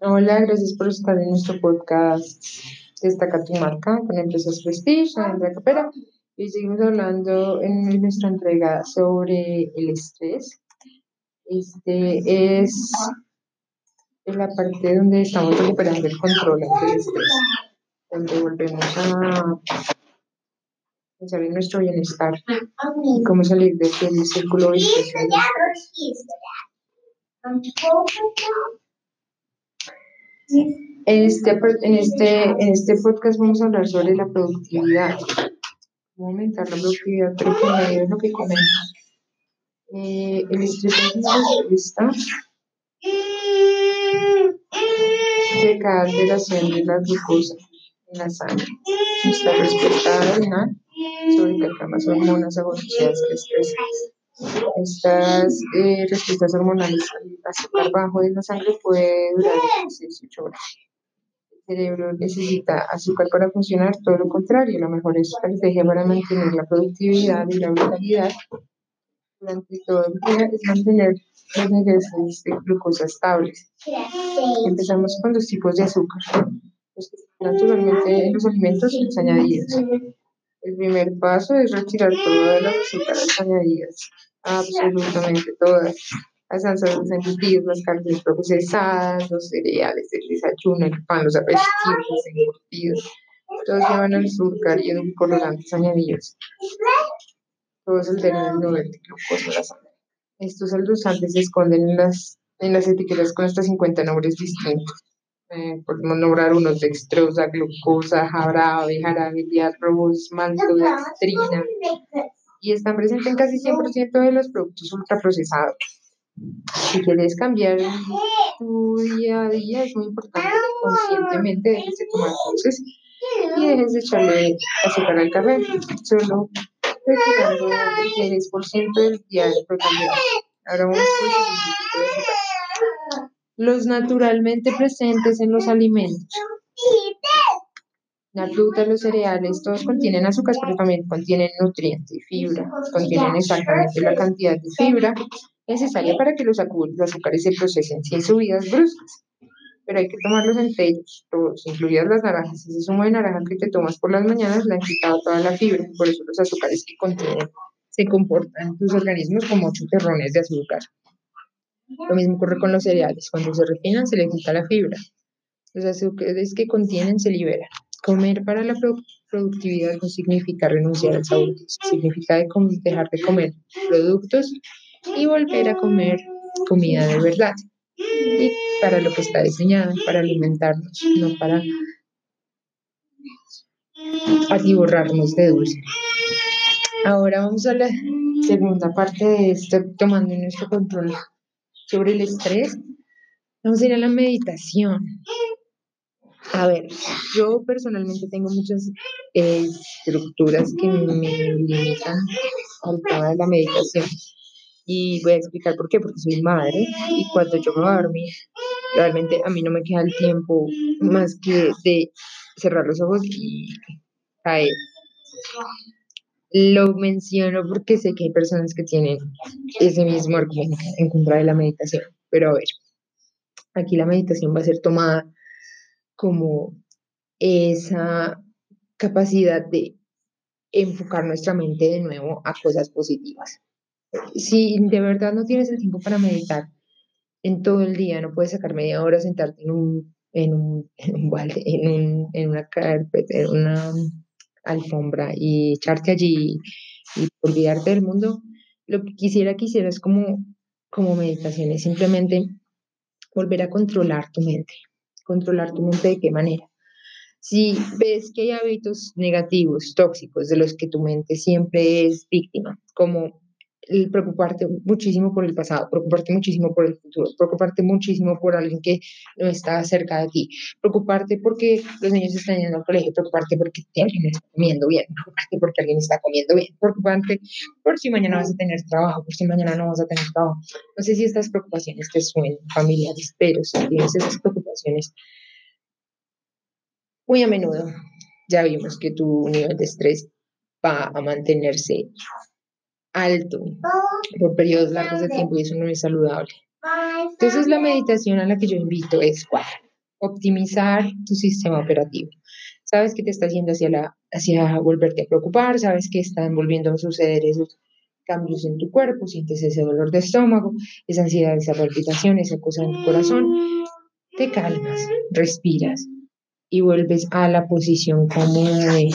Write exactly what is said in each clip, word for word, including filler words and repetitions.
Hola, gracias por estar en nuestro podcast Destaca tu marca con Empresas Prestige, soy Andrea Capera y seguimos hablando en nuestra entrega sobre el estrés. Este es la parte donde estamos recuperando el control ante el estrés, donde volvemos a pensar en nuestro bienestar y cómo salir de aquel círculo vicioso del estrés. En este, en este, en este podcast vamos a hablar sobre la productividad, cómo aumentar la productividad, pero por medio de lo que comemos. Eh, el estrés es una respuesta de cada alteración de la glucosa en la sangre. Esta respuesta adrenal sobrecarga más hormonas asociadas al estrés. Estas eh, respuestas hormonales al azúcar bajo de la sangre puede durar dieciocho horas. El cerebro necesita azúcar para funcionar, todo lo contrario, la mejor estrategia para mantener la productividad y la vitalidad durante todo el día es mantener los niveles de glucosa estables. Empezamos con los tipos de azúcar, los que están naturalmente en los alimentos y los añadidos. El primer paso es retirar todas las azúcares añadidas, absolutamente todas. Las salsas, los embutidos, las carnes procesadas, los cereales, el desayuno, el pan, los aperitivos, los embutidos, todos llevan azúcar y edulcorantes añadidos. Todos alteran el nivel de glucosa en la sangre. Estos endulzantes se esconden en las, en las etiquetas con hasta cincuenta nombres distintos. Eh, podemos nombrar unos: dextrosa, glucosa, jarabe, jarabe de arroz, maltodextrina, y están presentes en casi cien por ciento de los productos ultraprocesados. Si quieres cambiar tu día a día, es muy importante que conscientemente dejes de tomar dulces y dejes de echarle azúcar al café, solo retirando el diez por ciento del día de totalidad. Ahora vamos por el segundo tipo de azúcar. Los naturalmente presentes en los alimentos. La fruta, los cereales, todos contienen azúcar, pero también contienen nutrientes y fibra. Contienen exactamente la cantidad de fibra necesaria para que los azúcares se procesen sin subidas bruscas. Pero hay que tomarlos entre ellos, todos, incluidas las naranjas. Ese zumo de naranja que te tomas por las mañanas le han quitado toda la fibra, por eso los azúcares que contienen se comportan en tus organismos como ocho terrones de azúcar. Lo mismo ocurre con los cereales, cuando se refinan se les quita la fibra. Los azúcares que contienen se liberan. Comer para la pro- productividad no significa renunciar al sabor, significa de com- dejar de comer productos y volver a comer comida de verdad. Y para lo que está diseñada, para alimentarnos, no para atiborrarnos de dulce. Ahora vamos a la segunda parte de esto, tomando nuestro control sobre el estrés. Vamos a ir a la meditación. A ver, yo personalmente tengo muchas eh, estructuras que me limitan al tema de la meditación. Y voy a explicar por qué, porque soy madre y cuando yo me voy a dormir, realmente a mí no me queda el tiempo más que de cerrar los ojos y caer. Lo menciono porque sé que hay personas que tienen ese mismo argumento en contra de la meditación. Pero a ver, aquí la meditación va a ser tomada como esa capacidad de enfocar nuestra mente de nuevo a cosas positivas. Si de verdad no tienes el tiempo para meditar en todo el día, no puedes sacar media hora, sentarte en un, en un, en un balde, en, un, en una carpeta, en una alfombra y echarte allí y olvidarte del mundo. Lo que quisiera que hicieras como, como meditación es simplemente volver a controlar tu mente. ¿Controlar tu mente de qué manera? Si ves que hay hábitos negativos, tóxicos, de los que tu mente siempre es víctima, como el preocuparte muchísimo por el pasado, preocuparte muchísimo por el futuro, preocuparte muchísimo por alguien que no está cerca de ti, preocuparte porque los niños están yendo al colegio, preocuparte porque alguien está comiendo bien, preocuparte porque alguien está comiendo bien, preocuparte por si mañana vas a tener trabajo, por si mañana no vas a tener trabajo. No sé si estas preocupaciones te suenan familiares, pero si tienes esas preocupaciones muy a menudo, ya vimos que tu nivel de estrés va a mantenerse alto por periodos largos de tiempo y eso no es saludable. Entonces la meditación a la que yo invito es, ¿cuál? optimizar tu sistema operativo. Sabes que te está yendo hacia, la, hacia volverte a preocupar, sabes que están volviendo a suceder esos cambios en tu cuerpo, sientes ese dolor de estómago, esa ansiedad, esa palpitación, esa cosa en tu corazón, te calmas, respiras y vuelves a la posición cómoda de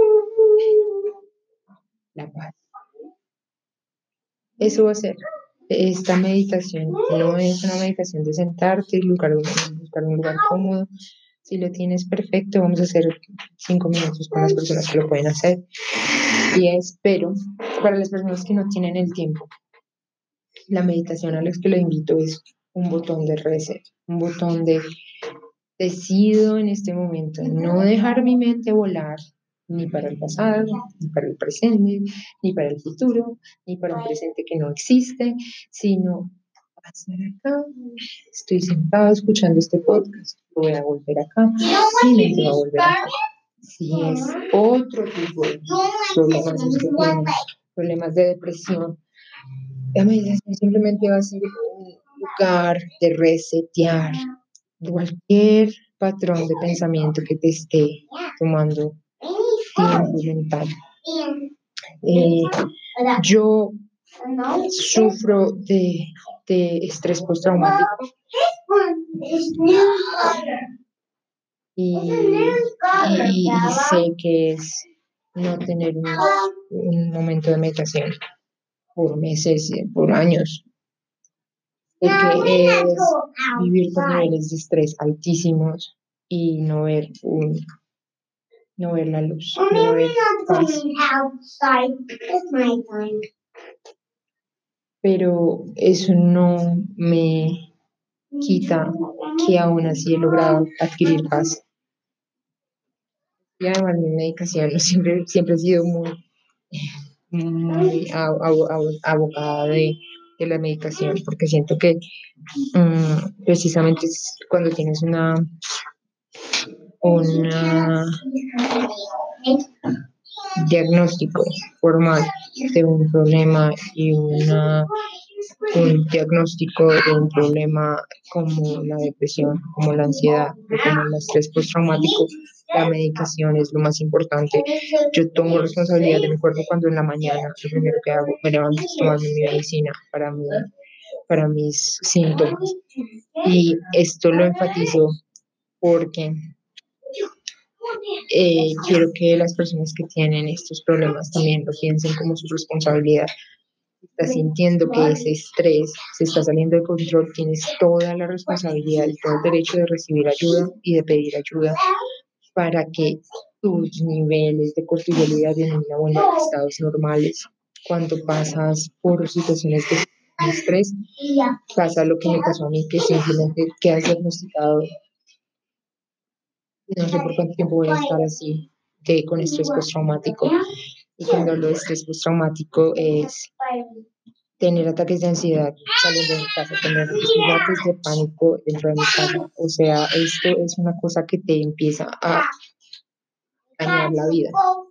la paz. Eso va a ser. Esta meditación no es una meditación de sentarte y buscar un, buscar un lugar cómodo. Si lo tienes perfecto, vamos a hacer cinco minutos con las personas que lo pueden hacer. Y espero, para las personas que no tienen el tiempo, la meditación a la que lo invito es un botón de reset, un botón de decido en este momento no dejar mi mente volar ni para el pasado, ni para el presente, ni para el futuro, ni para un presente que no existe, sino va a estar acá. Estoy sentado escuchando este podcast, voy a volver acá, mi mente va a volver acá. Si es otro tipo de problemas, problemas, problemas de depresión, la meditación simplemente va a ser un lugar de resetear cualquier patrón de pensamiento que te esté tomando tiempo mental. Eh, yo sufro de, de estrés postraumático y, y, y sé que es no tener un, un momento de meditación por meses, por años, porque es vivir con niveles de estrés altísimos y no ver un, no ver la luz, no ver paz. Pero eso no me quita que aún así he logrado adquirir paz. Y además mi medicación siempre, siempre he sido muy, muy abocada de, de la medicación, porque siento que um, precisamente es cuando tienes una, una diagnóstico formal de un problema y una, un diagnóstico de un problema como la depresión, como la ansiedad, como el estrés postraumático, la medicación es lo más importante. Yo tomo responsabilidad de mi cuerpo cuando en la mañana lo primero que hago me levanto es tomarme mi medicina para, mí, para mis síntomas. Y esto lo enfatizo porque eh, quiero que las personas que tienen estos problemas también lo piensen como su responsabilidad. Estás sintiendo que ese estrés se está saliendo de control, tienes toda la responsabilidad y todo el derecho de recibir ayuda y de pedir ayuda para que tus niveles de cortisol y de adrenalina vuelvan a estados normales. Cuando pasas por situaciones de estrés, pasa lo que me pasó a mí, que simplemente quedas diagnosticado. No sé por cuánto tiempo voy a estar así, que con estrés postraumático. Y cuando hablo de estrés postraumático es tener ataques de ansiedad saliendo de mi casa, tener ataques de pánico dentro de mi casa. O sea, esto es una cosa que te empieza a dañar la vida.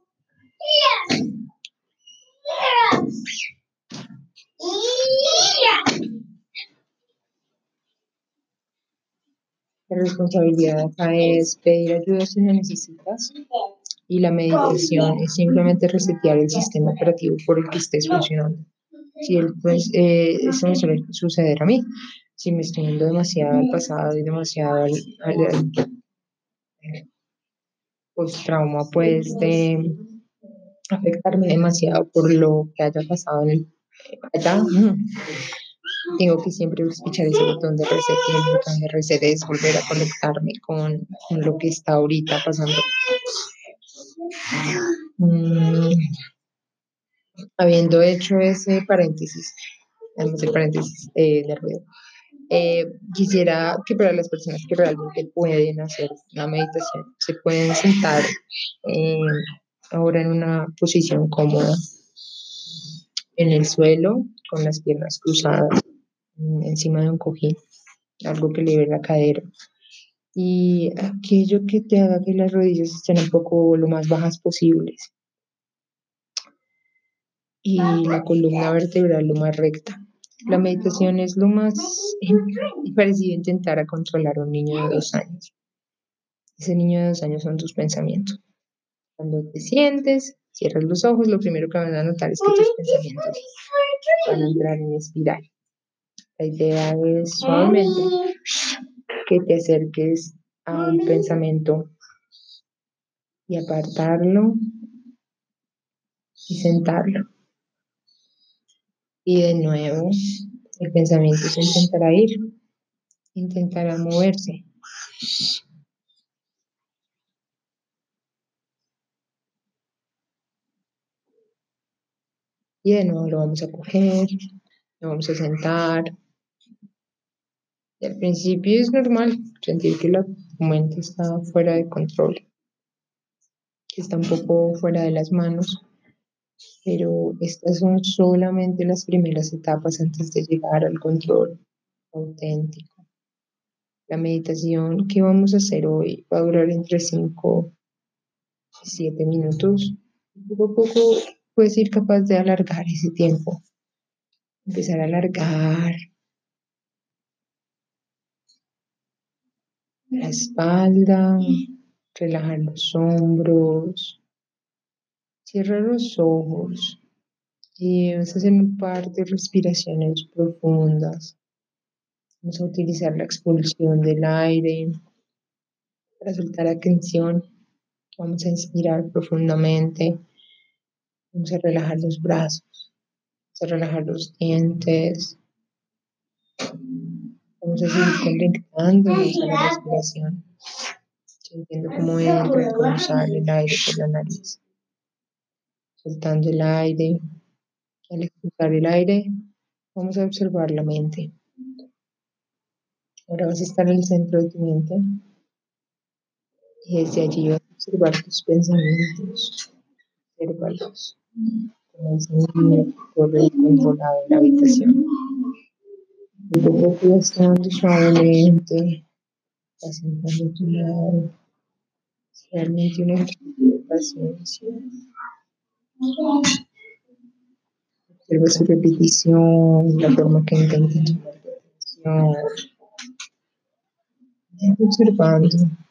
La responsabilidad acá es pedir ayuda si lo necesitas y la meditación es simplemente resetear el sistema operativo por el que estés funcionando. Si el, pues, eh, eso me suele suceder a mí. Si me estoy yendo demasiado al pasado y demasiado al, al, al post-trauma, pues de afectarme demasiado por lo que haya pasado en el, allá. Tengo que siempre escuchar ese botón de reset y el botón de reset es volver a conectarme con, con lo que está ahorita pasando. Mm, habiendo hecho ese paréntesis, además el paréntesis eh, de ruido, eh, quisiera que para las personas que realmente pueden hacer la meditación, se pueden sentar eh, ahora en una posición cómoda en el suelo, con las piernas cruzadas, mm, encima de un cojín, algo que libere la cadera. Y aquello que te haga que las rodillas estén un poco lo más bajas posibles y la columna vertebral lo más recta. La meditación es lo más parecido a intentar a controlar a un niño de dos años. Ese niño de dos años son tus pensamientos. Cuando te sientes, cierras los ojos, lo primero que van a notar es que tus pensamientos van a entrar en espiral. La idea es suavemente que te acerques a un pensamiento y apartarlo y sentarlo. Y de nuevo, el pensamiento se intentará ir, intentará moverse. Y de nuevo lo vamos a coger, lo vamos a sentar. Y al principio es normal sentir que la mente está fuera de control, que está un poco fuera de las manos, pero estas son solamente las primeras etapas antes de llegar al control auténtico. La meditación que vamos a hacer hoy va a durar entre cinco y siete minutos. Poco a poco puedes ir capaz de alargar ese tiempo, empezar a alargar la espalda, relajar los hombros, cierra los ojos y vas a hacer un par de respiraciones profundas. Vamos a utilizar la expulsión del aire para soltar la tensión. Vamos a inspirar profundamente. Vamos a relajar los brazos, vamos a relajar los dientes. Vamos a seguir conectándonos a la respiración, sintiendo cómo entra y cómo sale el aire por la nariz, soltando el aire. Al expulsar el aire, vamos a observar la mente. Ahora vas a estar en el centro de tu mente y desde allí vas a observar tus pensamientos. Obsérvalos como ese niño que corre controlado en la habitación. Poco a poco vas tomando suavemente, vas sentando a tu lado. Realmente un ejercicio de paciencia. Observa su repetición, la forma que intenta llamar tu atención. Intenta observando,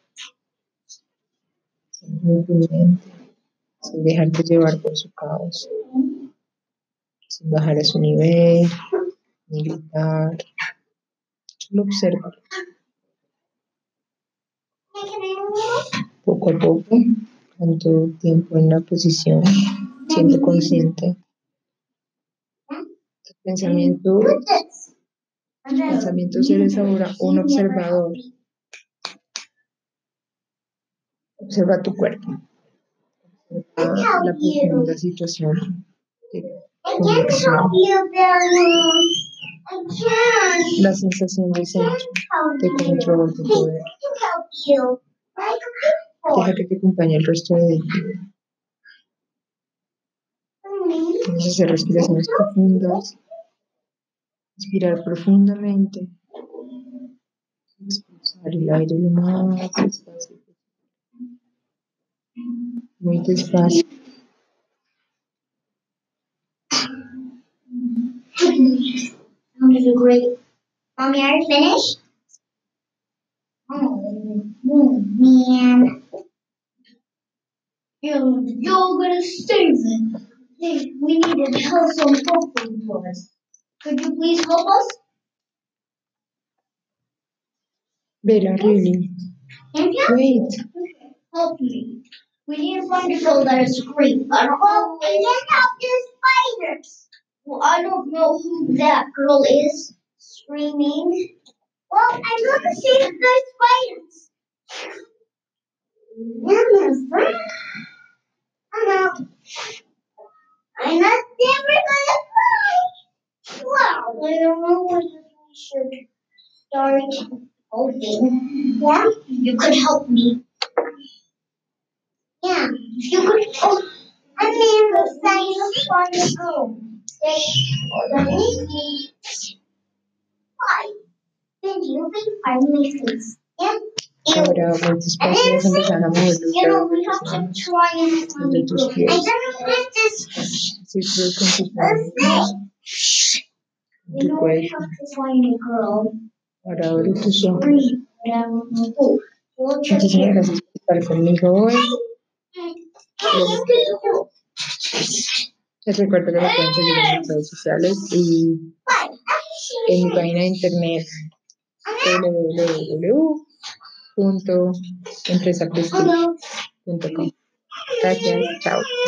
siempre tu mente, sin dejarte llevar por su caos, sin bajar a su nivel, ni gritar. Solo observa. Poco a poco, con tu tiempo en la posición, siendo consciente. El pensamiento, el pensamiento eres ahora un observador. Observa tu cuerpo, observa la profunda situación de conexión, la sensación de centro, de control, de poder. Deja que te acompañe el resto de ti. Vamos a hacer respiraciones profundas, inspirar profundamente, expulsar el aire lo más despacio, muy despacio. Sounds great. Mommy, are you finished? Oh, oh man. You, you're gonna save it. Hey, we need to tell some help for us. Could you please help us? Vera, really? Can you? Wait. Okay, help me. We need to find a girl that is great. I don't know. And then help the spiders. Well, I don't know who that girl is screaming. Well, I'm gonna save the spiders. Never. I'm out. I'm not never gonna fly. Wow. I don't know whether we should start hoping. Yeah? You could help me. Yeah. If you could. Oh, I'm in the science find a girl. Why? Then you can find my face. Yeah? Ahora muy despacio vas a empezar a mover los You know, dedos we de tus have to manos, try and find de a tus girl. pies, I don't know if this. círculos con tus manos, You tu know, we cuello. have to find a girl. Ahora abre tus ojos. Green. Whatever. Oh, Muchísimas gracias por estar conmigo hoy. Les recuerdo que me pueden seguir en mis redes sociales y en mi página de internet w w w punto empresa prestige punto com. Gracias, chao.